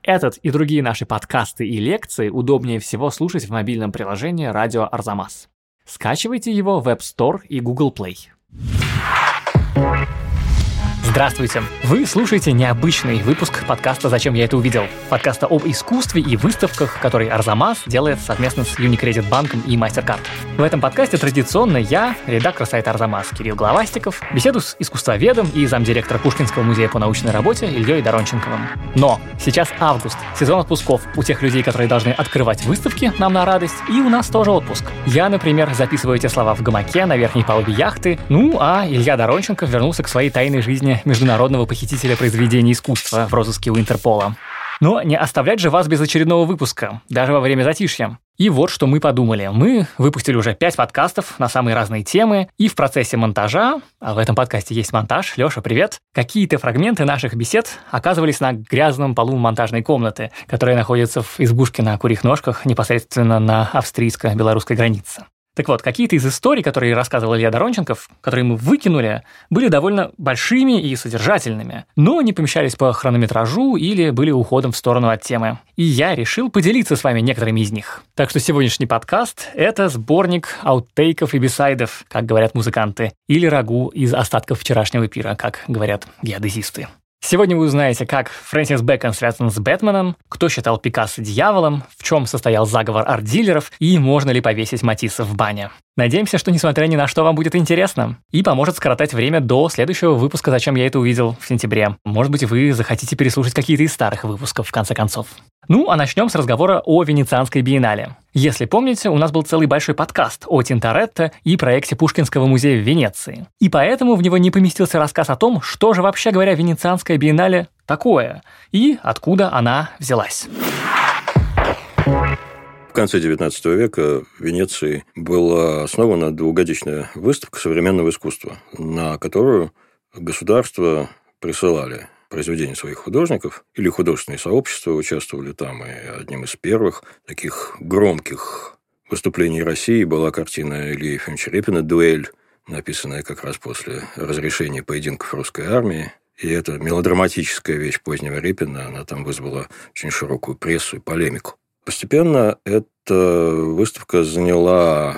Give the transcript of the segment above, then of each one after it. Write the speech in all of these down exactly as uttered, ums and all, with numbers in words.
Этот и другие наши подкасты и лекции удобнее всего слушать в мобильном приложении «Радио Арзамас». Скачивайте его в App Store и Google Play. Здравствуйте! Вы слушаете необычный выпуск подкаста «Зачем я это увидел?» Подкаста об искусстве и выставках, который Арзамас делает совместно с Unicredit банком и MasterCard. В этом подкасте традиционно я, редактор сайта Арзамас Кирилл Главастиков, беседую с искусствоведом и замдиректора Пушкинского музея по научной работе Ильей Доронченковым. Но сейчас август, сезон отпусков у тех людей, которые должны открывать выставки нам на радость, и у нас тоже отпуск. Я, например, записываю эти слова в гамаке на верхней палубе яхты, ну а Илья Доронченков вернулся к своей тайной жизни международного похитителя произведений искусства в розыске у Интерпола. Но не оставлять же вас без очередного выпуска, даже во время затишья. И вот что мы подумали. Мы выпустили уже пять подкастов на самые разные темы, и в процессе монтажа, а в этом подкасте есть монтаж, Лёша, привет, какие-то фрагменты наших бесед оказывались на грязном полу монтажной комнаты, которая находится в избушке на курьих ножках непосредственно на австрийско-белорусской границе. Так вот, какие-то из историй, которые рассказывал Илья Доронченков, которые мы выкинули, были довольно большими и содержательными, но не помещались по хронометражу или были уходом в сторону от темы. И я решил поделиться с вами некоторыми из них. Так что сегодняшний подкаст – это сборник аутейков и бисайдов, как говорят музыканты, или рагу из остатков вчерашнего пира, как говорят геодезисты. Сегодня вы узнаете, как Фрэнсис Бэкон связан с Бэтменом, кто считал Пикассо дьяволом, в чем состоял заговор арт-дилеров и можно ли повесить Матисса в бане. Надеемся, что, несмотря ни на что, вам будет интересно и поможет скоротать время до следующего выпуска «Зачем я это увидел» в сентябре. Может быть, вы захотите переслушать какие-то из старых выпусков, в конце концов. Ну, а начнем с разговора о Венецианской биеннале. Если помните, у нас был целый большой подкаст о Тинторетто и проекте Пушкинского музея в Венеции. И поэтому в него не поместился рассказ о том, что же, вообще говоря, Венецианская биеннале такое и откуда она взялась. В конце девятнадцатого века в Венеции была основана двухгодичная выставка современного искусства, на которую государства присылали произведения своих художников, или художественные сообщества участвовали там, и одним из первых таких громких выступлений России была картина Ильи Ефимовича Репина «Дуэль», написанная как раз после разрешения поединков русской армии. И эта мелодраматическая вещь позднего Репина, она там вызвала очень широкую прессу и полемику. Постепенно эта выставка заняла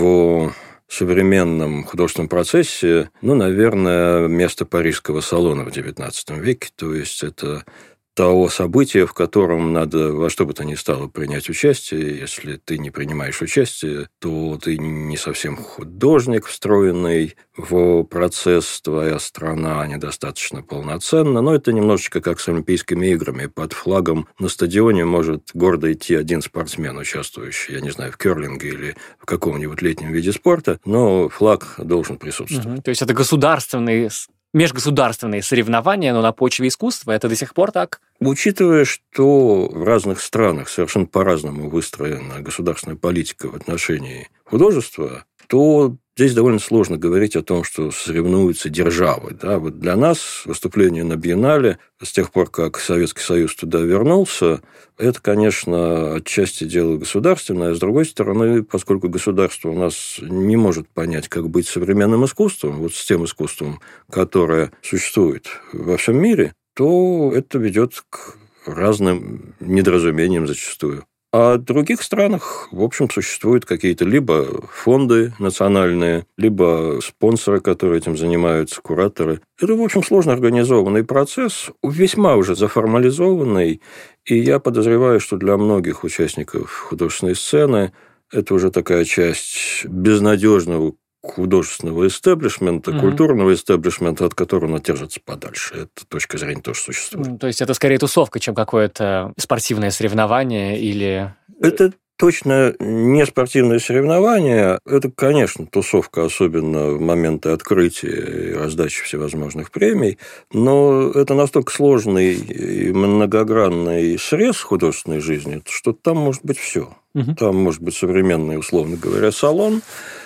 в современном художественном процессе, ну, наверное, место Парижского салона в девятнадцатом веке. То есть это того события, в котором надо во что бы то ни стало принять участие. Если ты не принимаешь участие, то ты не совсем художник, встроенный в процесс, твоя страна недостаточно полноценна. Но это немножечко как с Олимпийскими играми. Под флагом на стадионе может гордо идти один спортсмен, участвующий, я не знаю, в керлинге или в каком-нибудь летнем виде спорта, но флаг должен присутствовать. Угу. То есть это государственный... межгосударственные соревнования, но на почве искусства. Это до сих пор так? Учитывая, что в разных странах совершенно по-разному выстроена государственная политика в отношении художества, то здесь довольно сложно говорить о том, что соревнуются державы. Да? Вот для нас выступление на биеннале, с тех пор, как Советский Союз туда вернулся, это, конечно, отчасти дело государственное, а с другой стороны, поскольку государство у нас не может понять, как быть современным искусством, вот с тем искусством, которое существует во всем мире, то это ведет к разным недоразумениям зачастую. А в других странах, в общем, существуют какие-то либо фонды национальные, либо спонсоры, которые этим занимаются, кураторы. Это, в общем, сложно организованный процесс, весьма уже заформализованный, и я подозреваю, что для многих участников художественной сцены это уже такая часть безнадежного художественного истеблишмента, mm-hmm. культурного истеблишмента, от которого надо держаться подальше. Эта точка зрения тоже существует. Mm, то есть это скорее тусовка, чем какое-то спортивное соревнование или... Это точно не спортивное соревнование. Это, конечно, тусовка, особенно в моменты открытия и раздачи всевозможных премий, но это настолько сложный и многогранный срез художественной жизни, что там может быть все. Mm-hmm. Там может быть современный, условно говоря, салон,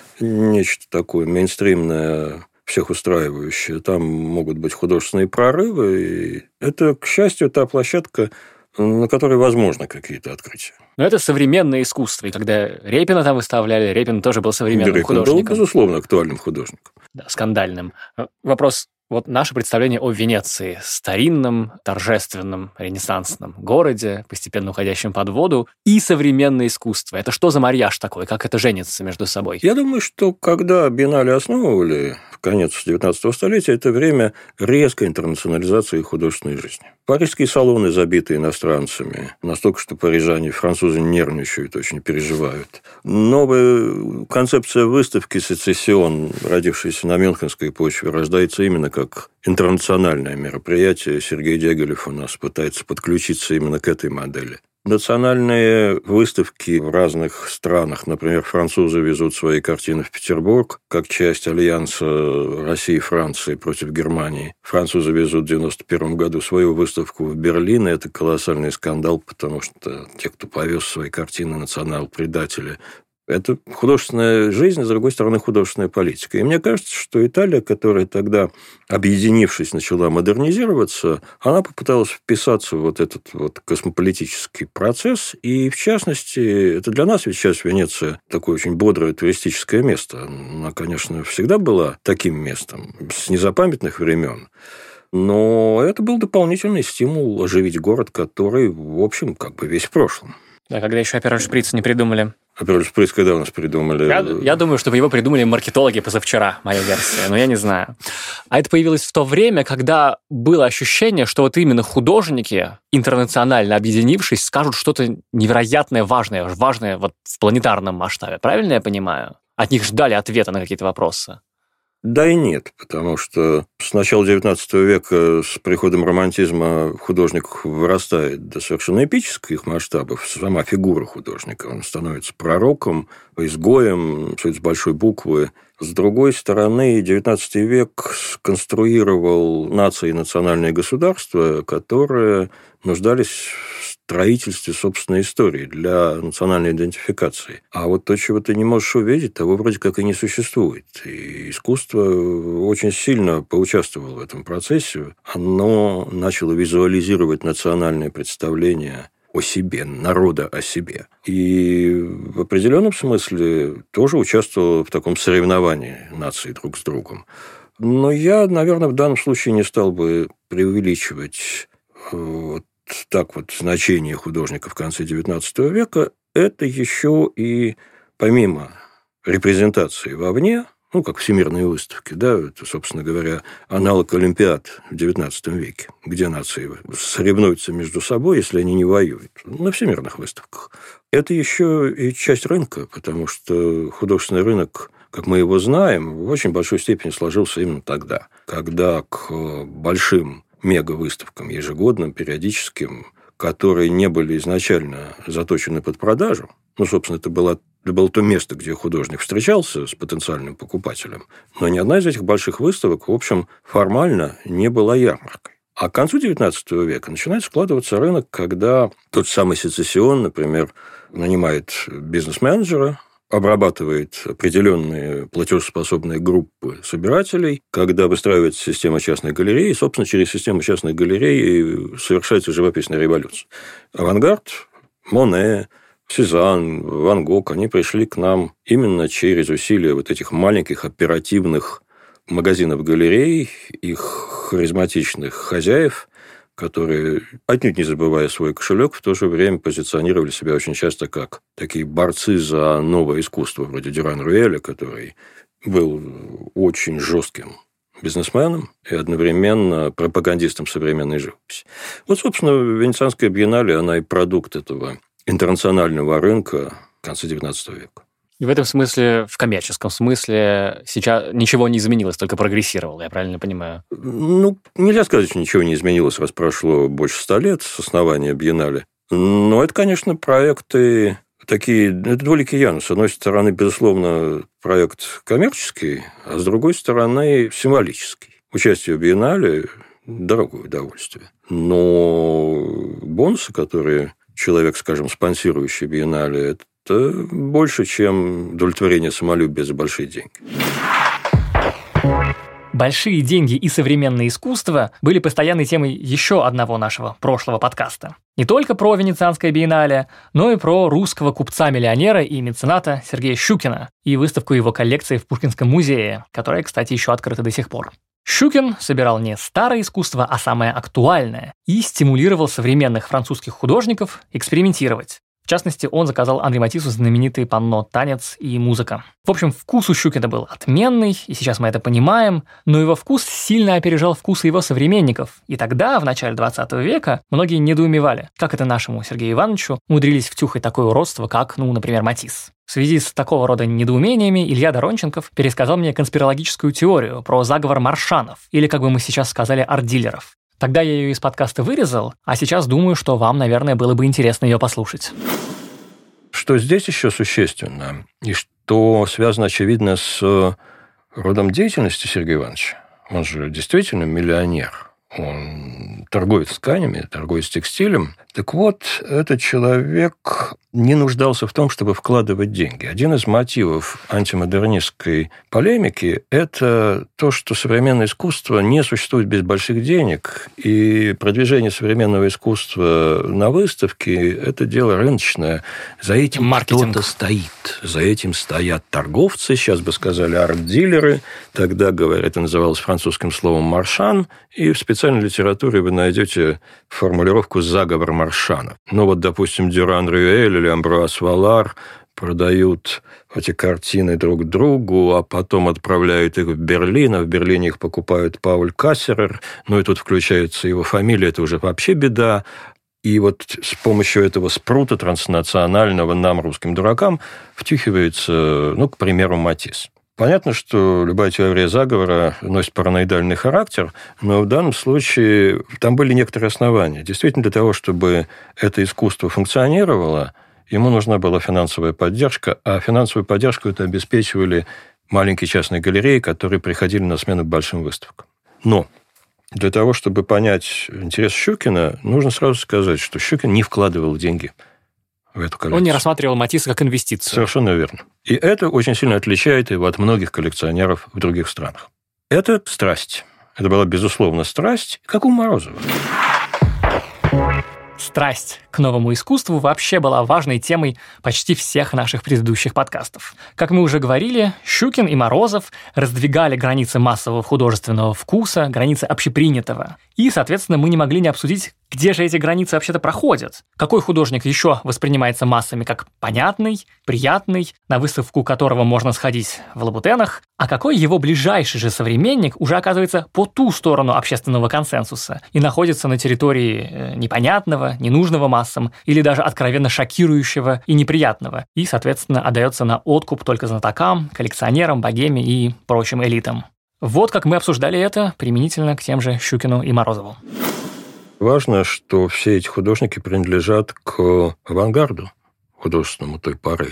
нечто такое мейнстримное, всех устраивающее. Там могут быть художественные прорывы. И это, к счастью, та площадка, на которой возможно какие-то открытия. Но это современное искусство. И когда Репина там выставляли, Репин тоже был современным Репин художником. был, безусловно, актуальным художником. Да, скандальным. Вопрос, Вот наше представление о Венеции, старинном, торжественном, ренессансном городе, постепенно уходящем под воду, и современное искусство. Это что за марьяж такой? Как это женится между собой? Я думаю, что когда биеннале основывали, в конец девятнадцатого столетия, это время резкой интернационализации художественной жизни. Парижские салоны, забитые иностранцами, настолько, что парижане, французы нервничают, очень переживают. Новая концепция выставки «Сецессион», родившаяся на мюнхенской почве, рождается именно как интернациональное мероприятие. Сергей Дягилев у нас пытается подключиться именно к этой модели. Национальные выставки в разных странах. Например, французы везут свои картины в Петербург, как часть альянса России и Франции против Германии. Французы везут в девяносто первом году свою выставку в Берлин, и это колоссальный скандал, потому что те, кто повез свои картины, национал-предатели. Это художественная жизнь, а с другой стороны, художественная политика. И мне кажется, что Италия, которая тогда, объединившись, начала модернизироваться, она попыталась вписаться в вот этот вот космополитический процесс. И, в частности, это для нас ведь сейчас Венеция такое очень бодрое туристическое место. Она, конечно, всегда была таким местом с незапамятных времен. Но это был дополнительный стимул оживить город, который, в общем, как бы весь в прошлом. Да, когда еще «Апероль Шприц» не придумали. «Апероль Шприц» когда у нас придумали? Я, я думаю, что его придумали маркетологи позавчера, моя версия, но я не знаю. А это появилось в то время, когда было ощущение, что вот именно художники, интернационально объединившись, скажут что-то невероятное, важное, важное вот в планетарном масштабе. Правильно я понимаю? От них ждали ответа на какие-то вопросы. Да и нет, потому что с начала девятнадцатого века, с приходом романтизма, художник вырастает до совершенно эпических масштабов. Сама фигура художника, он становится пророком, изгоем, все это с большой буквы. С другой стороны, девятнадцатый век сконструировал нации и национальные государства, которые нуждались в строительстве собственной истории для национальной идентификации. А вот то, чего ты не можешь увидеть, того вроде как и не существует. И искусство очень сильно поучаствовало в этом процессе. Оно начало визуализировать национальное представление о себе, народа о себе. И в определенном смысле тоже участвовал в таком соревновании наций друг с другом. Но я, наверное, в данном случае не стал бы преувеличивать вот так вот значение художника в конце девятнадцатого века. Это еще и помимо репрезентации вовне, ну, как всемирные выставки, да, это, собственно говоря, аналог Олимпиад в девятнадцатом веке, где нации соревнуются между собой, если они не воюют, на всемирных выставках. Это еще и часть рынка, потому что художественный рынок, как мы его знаем, в очень большой степени сложился именно тогда, когда к большим мега-выставкам ежегодным, периодическим, которые не были изначально заточены под продажу, ну, собственно, это было, это было то место, где художник встречался с потенциальным покупателем, но ни одна из этих больших выставок, в общем, формально не была ярмаркой. А к концу девятнадцатого века начинает складываться рынок, когда тот самый Сецессион, например, нанимает бизнес-менеджера, обрабатывает определенные платежеспособные группы собирателей, когда выстраивается система частных галерей, и, собственно, через систему частных галерей совершается живописная революция. Авангард, Моне, Сезанн, Ван Гог, они пришли к нам именно через усилия вот этих маленьких оперативных магазинов-галерей, их харизматичных хозяев, которые, отнюдь не забывая свой кошелек, в то же время позиционировали себя очень часто как такие борцы за новое искусство, вроде Дюран-Рюэля, который был очень жестким бизнесменом и одновременно пропагандистом современной живописи. Вот, собственно, Венецианская биеннале, она и продукт этого интернационального рынка конца девятнадцатого века. И в этом смысле, в коммерческом смысле, сейчас ничего не изменилось, только прогрессировало, я правильно понимаю? Ну, нельзя сказать, что ничего не изменилось, раз прошло больше ста лет с основания биеннале. Но это, конечно, проекты такие, это двуликий Янус. С одной стороны, безусловно, проект коммерческий, а с другой стороны, символический. Участие в биеннале – дорогое удовольствие. Но бонусы, которые человек, скажем, спонсирующий биеннале, это больше, чем удовлетворение самолюбия за большие деньги. Большие деньги и современное искусство были постоянной темой еще одного нашего прошлого подкаста. Не только про Венецианское биеннале, но и про русского купца-миллионера и мецената Сергея Щукина и выставку его коллекции в Пушкинском музее, которая, кстати, еще открыта до сих пор. Щукин собирал не старое искусство, а самое актуальное и стимулировал современных французских художников экспериментировать. В частности, он заказал Андре Матиссу знаменитые панно «Танец» и «Музыка». В общем, вкус у Щукина был отменный, и сейчас мы это понимаем, но его вкус сильно опережал вкусы его современников. И тогда, в начале двадцатого века, многие недоумевали, как это нашему Сергею Ивановичу умудрились втюхать такое уродство, как, ну, например, Матисс. В связи с такого рода недоумениями Илья Доронченков пересказал мне конспирологическую теорию про заговор маршанов, или, как бы мы сейчас сказали, арт-дилеров. Тогда я ее из подкаста вырезал, а сейчас думаю, что вам, наверное, было бы интересно ее послушать. Что здесь еще существенно, и что связано, очевидно, с родом деятельности Сергея Ивановича. Он же действительно миллионер. Он торгует тканями, торгует текстилем. Так вот, этот человек не нуждался в том, чтобы вкладывать деньги. Один из мотивов антимодернистской полемики – это то, что современное искусство не существует без больших денег, и продвижение современного искусства на выставке – это дело рыночное. За этим маркетинг. Кто-то стоит. За этим стоят торговцы, сейчас бы сказали арт-дилеры. Тогда, говорят, это называлось французским словом «маршан», и в специальной литературе вы найдете формулировку «заговор маршанов». Ну вот, допустим, Дюран Рюэль или Амбруаз Валар продают эти картины друг другу, а потом отправляют их в Берлин, а в Берлине их покупают Пауль Кассерер, ну и тут включается его фамилия, это уже вообще беда. И вот с помощью этого спрута транснационального нам, русским дуракам, втюхивается, ну, к примеру, Матисс. Понятно, что любая теория заговора носит параноидальный характер, но в данном случае там были некоторые основания. Действительно, для того, чтобы это искусство функционировало, ему нужна была финансовая поддержка, а финансовую поддержку это обеспечивали маленькие частные галереи, которые приходили на смену большим выставкам. Но для того, чтобы понять интерес Щукина, нужно сразу сказать, что Щукин не вкладывал деньги в эту коллекцию. Он не рассматривал Матисса как инвестицию. Совершенно верно. И это очень сильно отличает его от многих коллекционеров в других странах. Это страсть. Это была, безусловно, страсть, как у Морозова. Страсть к новому искусству вообще была важной темой почти всех наших предыдущих подкастов. Как мы уже говорили, Щукин и Морозов раздвигали границы массового художественного вкуса, границы общепринятого. И, соответственно, мы не могли не обсудить, где же эти границы вообще-то проходят. Какой художник еще воспринимается массами как понятный, приятный, на выставку которого можно сходить в Лабутенах, а какой его ближайший же современник уже оказывается по ту сторону общественного консенсуса и находится на территории непонятного, ненужного массам или даже откровенно шокирующего и неприятного, и, соответственно, отдается на откуп только знатокам, коллекционерам, богеме и прочим элитам. Вот как мы обсуждали это применительно к тем же Щукину и Морозову. Важно, что все эти художники принадлежат к авангарду художественному той поры.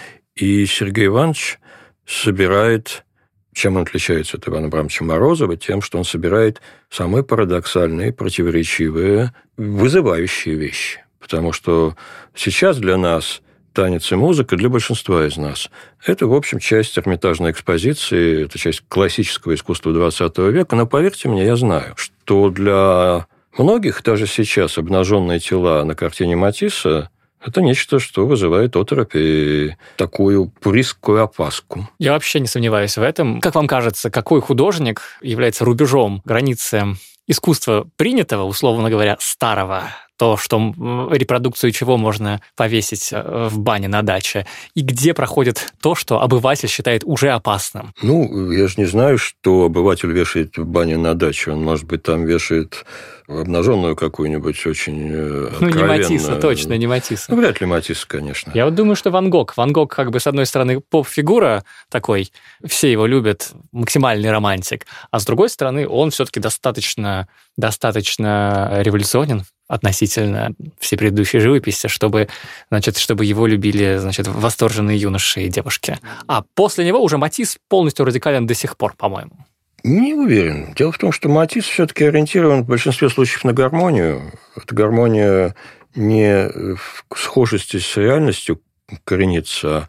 И Сергей Иванович собирает... Чем он отличается от Ивана Абрамовича Морозова? Тем, что он собирает самые парадоксальные, противоречивые, вызывающие вещи. Потому что сейчас для нас танец и музыка, для большинства из нас, это, в общем, часть Эрмитажной экспозиции, это часть классического искусства двадцатого века. Но, поверьте мне, я знаю, что для многих, даже сейчас, обнаженные тела на картине Матисса это нечто, что вызывает оторопь и такую пуристскую опаску. Я вообще не сомневаюсь в этом. Как вам кажется, какой художник является рубежом, границы искусства принятого, условно говоря, старого, то, что репродукцию чего можно повесить в бане на даче, и где проходит то, что обыватель считает уже опасным? Ну, я же не знаю, что обыватель вешает в бане на даче. Он, может быть, там вешает обнаженную какую-нибудь очень откровенную... Ну, не Матисса, точно, не Матисса. Ну, вряд ли Матисса, конечно. Я вот думаю, что Ван Гог. Ван Гог, как бы, с одной стороны, поп-фигура такой, все его любят, максимальный романтик, а с другой стороны, он все-таки достаточно, достаточно революционен относительно всей предыдущей живописи, чтобы, значит, чтобы его любили, значит, восторженные юноши и девушки. А после него уже Матисс полностью радикален до сих пор, по-моему. Не уверен. Дело в том, что Матисс все-таки ориентирован в большинстве случаев на гармонию. Эта гармония не в схожести с реальностью коренится,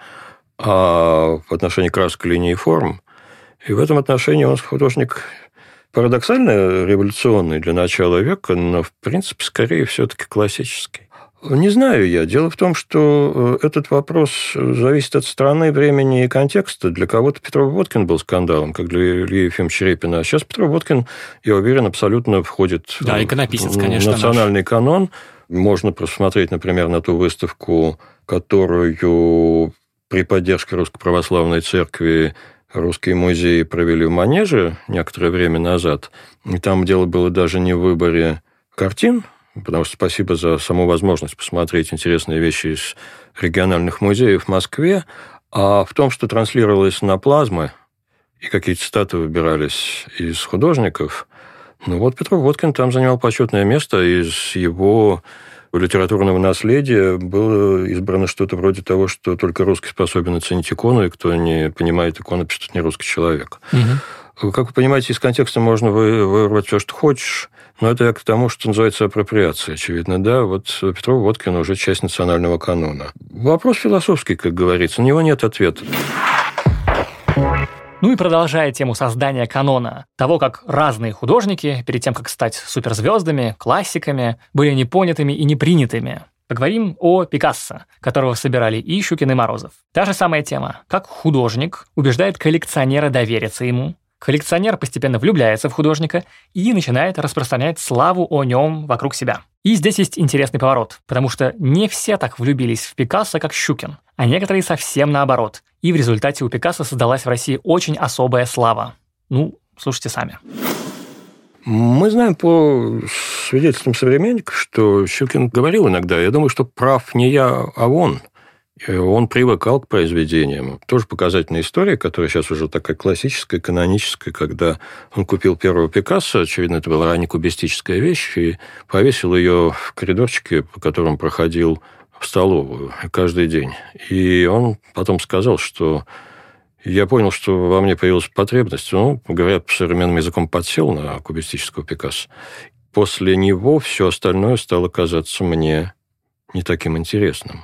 а в отношении красок, линий и форм. И в этом отношении он художник парадоксально революционный для начала века, но, в принципе, скорее все-таки классический. Не знаю я. Дело в том, что этот вопрос зависит от страны, времени и контекста. Для кого-то Петров Водкин был скандалом, как для Ильи Ефимовича Репина. А сейчас Петров Водкин, я уверен, абсолютно входит да, иконописец, конечно, в национальный наш. канон. Можно посмотреть, например, на ту выставку, которую при поддержке Русской Православной Церкви Русские музеи провели в Манеже некоторое время назад. И там дело было даже не в выборе картин, потому что спасибо за саму возможность посмотреть интересные вещи из региональных музеев в Москве, а в том, что транслировалось на плазмы, и какие-то цитаты выбирались из художников. Ну вот Петров Водкин там занимал почетное место. Из его литературного наследия было избрано что-то вроде того, что только русский способен оценить икону, и кто не понимает иконопись, тот не русский человек. Угу. Как вы понимаете, из контекста можно вырвать все, что хочешь, но это к тому, что называется апроприация, очевидно, да. Вот Петров Водкин уже часть национального канона. Вопрос философский, как говорится, на него нет ответа. Ну и продолжая тему создания канона, того, как разные художники, перед тем, как стать суперзвездами, классиками, были непонятыми и непринятыми. Поговорим о Пикассо, которого собирали и Щукин, и Морозов. Та же самая тема. Как художник убеждает коллекционера довериться ему. Коллекционер постепенно влюбляется в художника и начинает распространять славу о нем вокруг себя. И здесь есть интересный поворот, потому что не все так влюбились в Пикассо, как Щукин, а некоторые совсем наоборот. И в результате у Пикассо создалась в России очень особая слава. Ну, слушайте сами. Мы знаем по свидетельствам современников, что Щукин говорил иногда, я думаю, что прав не я, а он. Он привыкал к произведениям. Тоже показательная история, которая сейчас уже такая классическая, каноническая, когда он купил первого Пикассо, очевидно, это была раннекубистическая вещь, и повесил ее в коридорчике, по которому проходил в столовую каждый день. И он потом сказал, что я понял, что во мне появилась потребность, ну, говоря современным языком, подсел на кубистического Пикассо. После него все остальное стало казаться мне не таким интересным.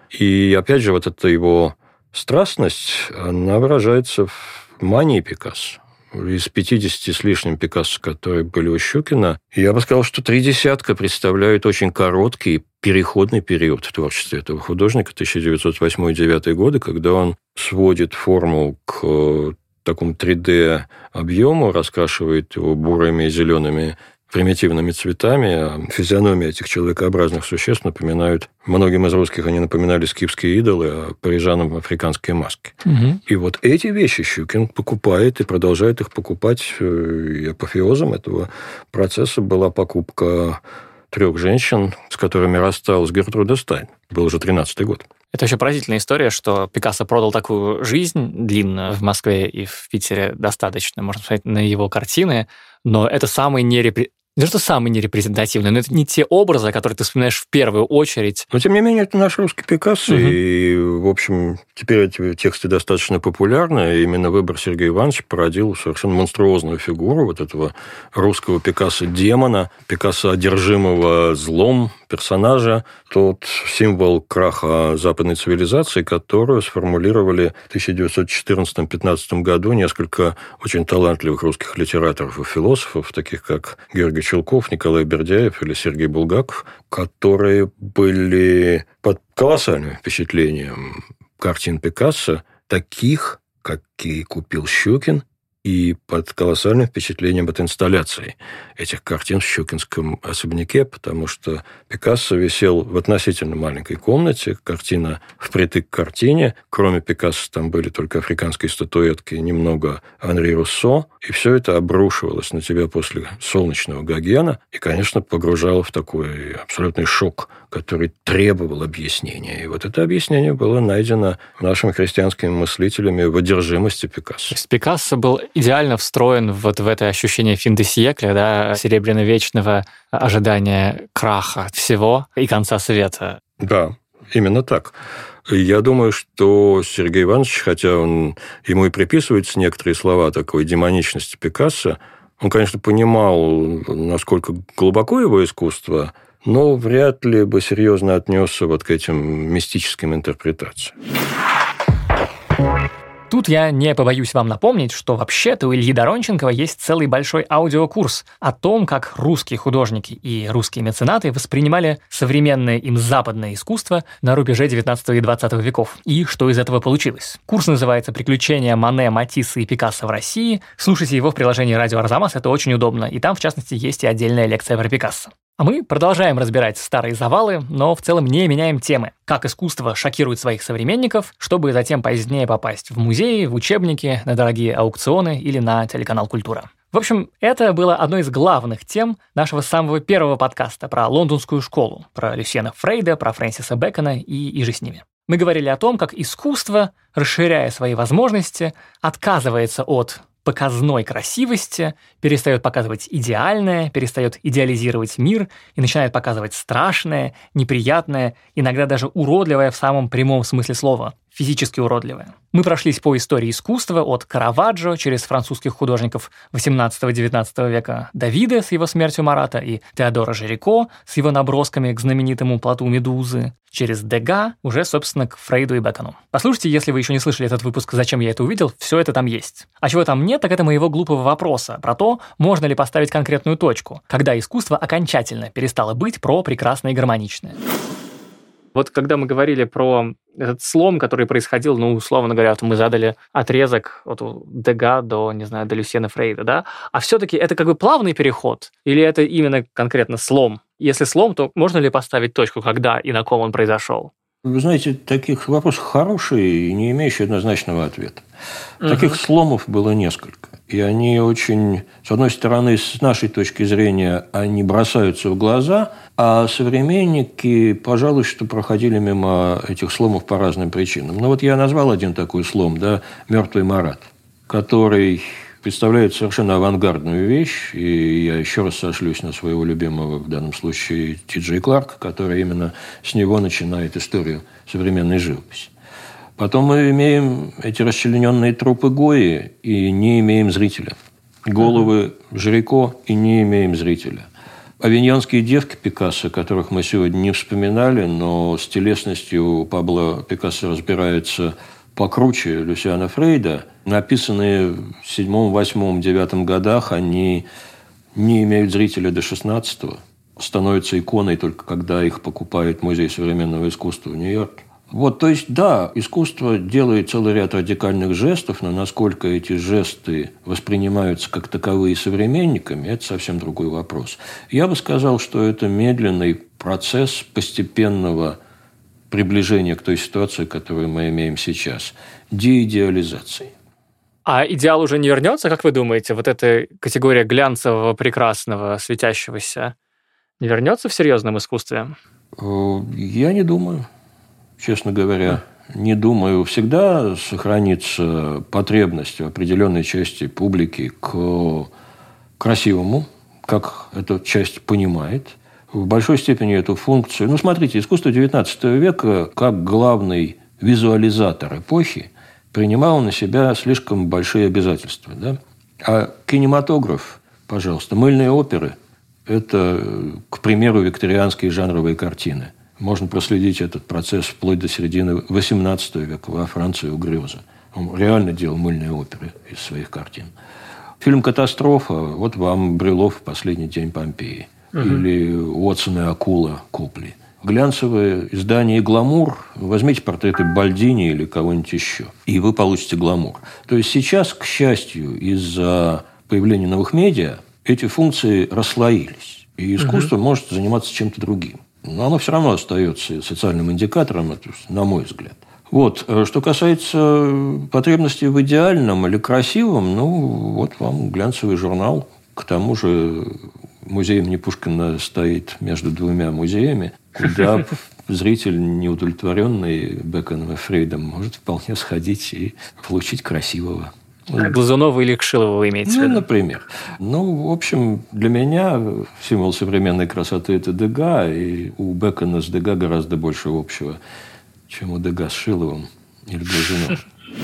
И, опять же, вот эта его страстность, она выражается в мании Пикассо. Из пятидесяти с лишним Пикассо, которые были у Щукина, я бы сказал, что три десятка представляют очень короткий переходный период в творчестве этого художника, тысяча девятьсот восьмой — девятый годы, когда он сводит форму к такому три дэ-объему, раскрашивает его бурыми и зелеными примитивными цветами, а физиономии этих человекообразных существ напоминают, многим из русских они напоминали скифские идолы, а парижанам африканские маски. Угу. И вот эти вещи Щукин покупает и продолжает их покупать. И апофеозом этого процесса была покупка трех женщин, с которыми рассталась Гертруда Стайн. Был уже тринадцатый год. Это вообще поразительная история, что Пикассо продал такую жизнь длинную в Москве и в Питере достаточно, можно сказать, на его картины, но это самый нерепре... Не что самый нерепрезентативный, но это не те образы, которые ты вспоминаешь в первую очередь. Но, тем не менее, это наш русский Пикассо, угу. И, в общем, теперь эти тексты достаточно популярны. И именно выбор Сергея Ивановича породил совершенно монструозную фигуру вот этого русского Пикассо-демона, Пикассо, одержимого злом персонажа, тот символ краха западной цивилизации, которую сформулировали в тысяча девятьсот четырнадцатом — пятнадцатом году несколько очень талантливых русских литераторов и философов, таких как Георгий Челков, Николай Бердяев или Сергей Булгаков, которые были под колоссальным впечатлением картин Пикассо, таких, какие купил Щукин, и под колоссальным впечатлением от инсталляции этих картин в щукинском особняке, потому что Пикассо висел в относительно маленькой комнате, картина впритык к картине. Кроме Пикассо там были только африканские статуэтки, немного Анри Руссо, и все это обрушивалось на тебя после солнечного Гогена и, конечно, погружало в такой абсолютный шок, который требовал объяснения. И вот это объяснение было найдено нашими христианскими мыслителями в одержимости Пикассо. То есть Пикассо был идеально встроен вот в это ощущение fin de siècle, да, серебряно-вечного ожидания краха всего и конца света. Да, именно так. Я думаю, что Сергей Иванович, хотя он, ему и приписываются некоторые слова такой демоничности Пикассо, он, конечно, понимал, насколько глубоко его искусство, но вряд ли бы серьезно отнесся вот к этим мистическим интерпретациям. Тут я не побоюсь вам напомнить, что вообще-то у Ильи Доронченкова есть целый большой аудиокурс о том, как русские художники и русские меценаты воспринимали современное им западное искусство на рубеже девятнадцатого и двадцатого веков, и что из этого получилось. Курс называется «Приключения Мане, Матисса и Пикассо в России». Слушайте его в приложении «Радио Арзамас», это очень удобно, и там, в частности, есть и отдельная лекция про Пикассо. А мы продолжаем разбирать старые завалы, но в целом не меняем темы. Как искусство шокирует своих современников, чтобы затем позднее попасть в музеи, в учебники, на дорогие аукционы или на телеканал «Культура». В общем, это было одной из главных тем нашего самого первого подкаста про лондонскую школу, про Люсьена Фрейда, про Фрэнсиса Бэкона и иже с ними. Мы говорили о том, как искусство, расширяя свои возможности, отказывается от показной красивости, перестает показывать идеальное, перестает идеализировать мир и начинает показывать страшное, неприятное, иногда даже уродливое в самом прямом смысле слова, физически уродливое. Мы прошлись по истории искусства от Караваджо через французских художников восемнадцатого-девятнадцатого века, Давида с его смертью Марата и Теодора Жирико с его набросками к знаменитому плоту Медузы, через Дега уже, собственно, к Фрейду и Бэкону. Послушайте, если вы еще не слышали этот выпуск «Зачем я это увидел?», все это там есть. А чего там нет, так это моего глупого вопроса про то, можно ли поставить конкретную точку, когда искусство окончательно перестало быть про прекрасное и гармоничное. Вот когда мы говорили про этот слом, который происходил, ну, условно говоря, вот мы задали отрезок от Дега до, не знаю, до Люсьена Фрейда, да? А все-таки это как бы плавный переход? Или это именно конкретно слом? Если слом, то можно ли поставить точку, когда и на ком он произошел? Вы знаете, таких вопросов хорошие и не имеющие однозначного ответа. Угу. Таких сломов было несколько. И они очень, с одной стороны, с нашей точки зрения, они бросаются в глаза, а современники, пожалуй, что проходили мимо этих сломов по разным причинам. Ну вот я назвал один такой слом, да, «Мертвый Марат», который представляет совершенно авангардную вещь, и я еще раз сошлюсь на своего любимого в данном случае Ти Джей Кларка, который именно с него начинает историю современной живописи. Потом мы имеем эти расчлененные трупы Гои и не имеем зрителя. Головы Жирико и не имеем зрителя. Авиньонские девки Пикассо, которых мы сегодня не вспоминали, но с телесностью Пабло Пикассо разбирается покруче Люсьена Фрейда, написанные в седьмом, восьмом, девятом годах, они не имеют зрителя до шестнадцатого, становятся иконой только когда их покупает Музей современного искусства в Нью-Йорке. Вот, то есть, да, искусство делает целый ряд радикальных жестов, но насколько эти жесты воспринимаются как таковые современниками, это совсем другой вопрос. Я бы сказал, что это медленный процесс постепенного приближения к той ситуации, которую мы имеем сейчас, деидеализации. А идеал уже не вернется, как вы думаете? Вот эта категория глянцевого, прекрасного, светящегося не вернется в серьезном искусстве? Я не думаю. Честно говоря, не думаю. Всегда сохранится потребность в определенной части публики к красивому, как эта часть понимает. В большой степени эту функцию... Ну, смотрите, искусство девятнадцатого века, как главный визуализатор эпохи, принимало на себя слишком большие обязательства. Да? А кинематограф, пожалуйста, мыльные оперы – это, к примеру, викторианские жанровые картины. Можно проследить этот процесс вплоть до середины восемнадцатого века во Франции у Грёза. Он реально делал мыльные оперы из своих картин. Фильм «Катастрофа» – вот вам Брюлов «Последний день Помпеи». Угу. Или Уотсон и акула Копли. Глянцевые издания и гламур. Возьмите портреты Бальдини или кого-нибудь еще, и вы получите гламур. То есть сейчас, к счастью, из-за появления новых медиа эти функции расслоились. И искусство угу. может заниматься чем-то другим. Но оно все равно остается социальным индикатором, на мой взгляд. Вот. Что касается потребностей в идеальном или красивом, ну, вот вам глянцевый журнал. К тому же музей имени Пушкина стоит между двумя музеями, куда зритель, неудовлетворенный Бэконом и Фрейдом, может вполне сходить и получить красивого. А Глазунова или Кшилова вы имеете в виду? Ну, например. Ну, в общем, для меня символ современной красоты – это Дега, и у Бэкона с Дега гораздо больше общего, чем у Дега с Шиловым или Глазуновым.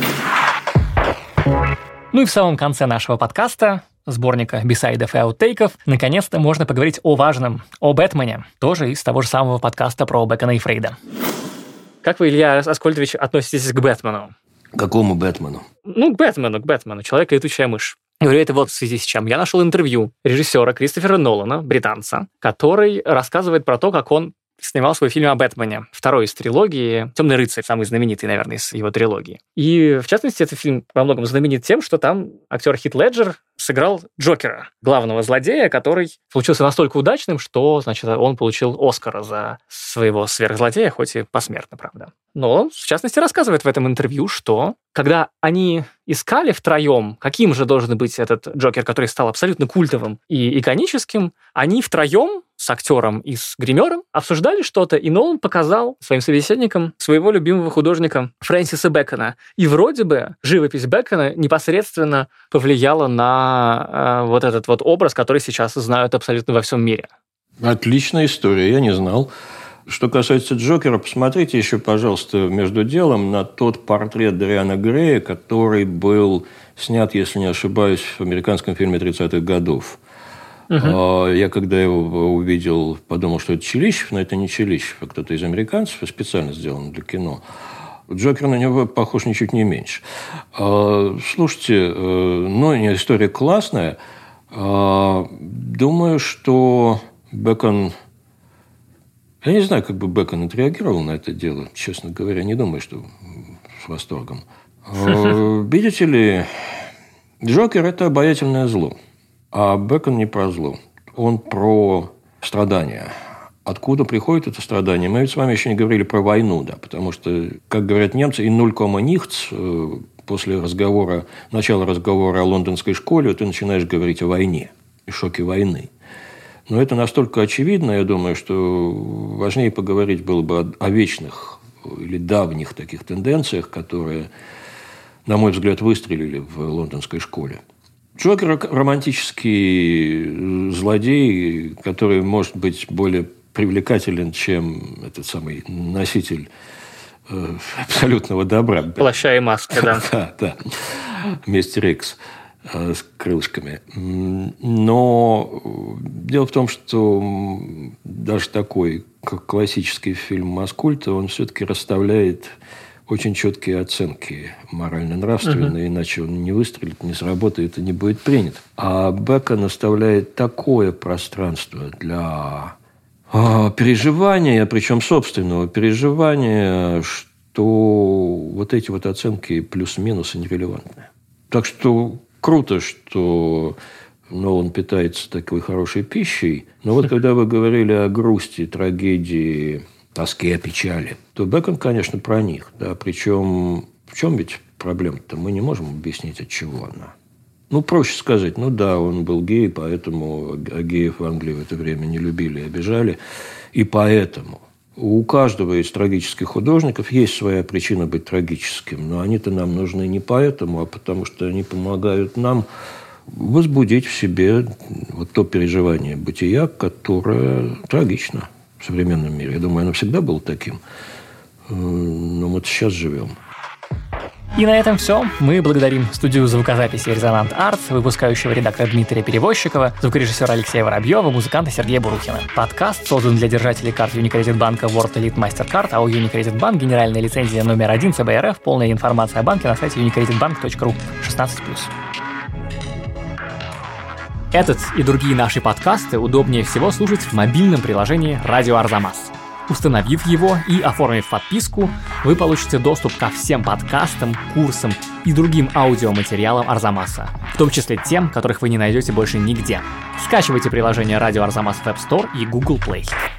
Ну и в самом конце нашего подкаста, сборника бисайдов и ауттейков, наконец-то можно поговорить о важном, о Бэтмене, тоже из того же самого подкаста про Бэкона и Фрейда. Как вы, Илья Аскольдович, относитесь к Бэтмену? Какому Бэтмену? Ну, к Бэтмену, к Бэтмену, «Человек и летучая мышь». Говорю это вот в связи с чем. Я нашел интервью режиссера Кристофера Нолана, британца, который рассказывает про то, как он снимал свой фильм о Бэтмене, второй из трилогии, «Темный рыцарь», самый знаменитый, наверное, из его трилогии. И, в частности, этот фильм во многом знаменит тем, что там актер Хит Леджер сыграл Джокера, главного злодея, который получился настолько удачным, что, значит, он получил Оскара за своего сверхзлодея, хоть и посмертно, правда. Но он, в частности, рассказывает в этом интервью, что когда они искали втроем, каким же должен быть этот Джокер, который стал абсолютно культовым и иконическим, они втроем с актером и с гримером обсуждали что-то, и Нолан показал своим собеседникам своего любимого художника Фрэнсиса Бэкона. И вроде бы живопись Бэкона непосредственно повлияла на э, вот этот вот образ, который сейчас знают абсолютно во всем мире. Отличная история, я не знал. Что касается Джокера, посмотрите еще, пожалуйста, между делом на тот портрет Дориана Грея, который был снят, если не ошибаюсь, в американском фильме тридцатых годов. Uh-huh. Я, когда его увидел, подумал, что это Челищев, но это не Челищев, а кто-то из американцев, специально сделан для кино. Джокер на него похож ничуть не меньше. Слушайте, ну, история классная. Думаю, что Бэкон... Я не знаю, как бы Бэкон отреагировал на это дело, честно говоря, не думаю, что с восторгом. Видите ли, Джокер – это обаятельное зло. А Бэкон не про зло. Он про страдания. Откуда приходит это страдание? Мы ведь с вами еще не говорили про войну, да, потому что, как говорят немцы, in null comma nichts, после разговора, начала разговора о лондонской школе, ты начинаешь говорить о войне, о шоке войны. Но это настолько очевидно, я думаю, что важнее поговорить было бы о, о вечных или давних таких тенденциях, которые, на мой взгляд, выстрелили в лондонской школе. Джокер – романтический злодей, который может быть более привлекателен, чем этот самый носитель э, абсолютного добра. Плаща и маски, да. Да, да. Мистер Икс э, с крылышками. Но дело в том, что даже такой, как классический фильм «Маскульт», он все-таки расставляет очень четкие оценки морально-нравственные, uh-huh. иначе он не выстрелит, не сработает и не будет принят. А Бэкон оставляет такое пространство для э, переживания, причем собственного переживания, что вот эти вот оценки плюс-минус нерелевантны. Так что круто, что Нолан питается такой хорошей пищей. Но вот когда вы говорили о грусти, трагедии, тоске, о печали, то Бэкон, конечно, про них. Да? Причем в чем ведь проблема-то? Мы не можем объяснить, от чего она. Ну, проще сказать, ну да, он был гей, поэтому геев в Англии в это время не любили и обижали. И поэтому у каждого из трагических художников есть своя причина быть трагическим. Но они-то нам нужны не поэтому, а потому что они помогают нам возбудить в себе вот то переживание бытия, которое трагично в современном мире. Я думаю, оно всегда было таким. Но мы сейчас живем. И на этом все. Мы благодарим студию звукозаписи «Резонант Арт», выпускающего редактора Дмитрия Перевозчикова, звукорежиссера Алексея Воробьева, музыканта Сергея Бурухина. Подкаст создан для держателей карт Unicredit банка World Elite MasterCard, а у Unicredit Bank генеральная лицензия номер один цэ бэ эр эф. Полная информация о банке на сайте unicredit bank точка ру. шестнадцать плюс. Этот и другие наши подкасты удобнее всего слушать в мобильном приложении «Радио Арзамас». Установив его и оформив подписку, вы получите доступ ко всем подкастам, курсам и другим аудиоматериалам Арзамаса, в том числе тем, которых вы не найдете больше нигде. Скачивайте приложение «Радио Арзамас» в App Store и Google Play.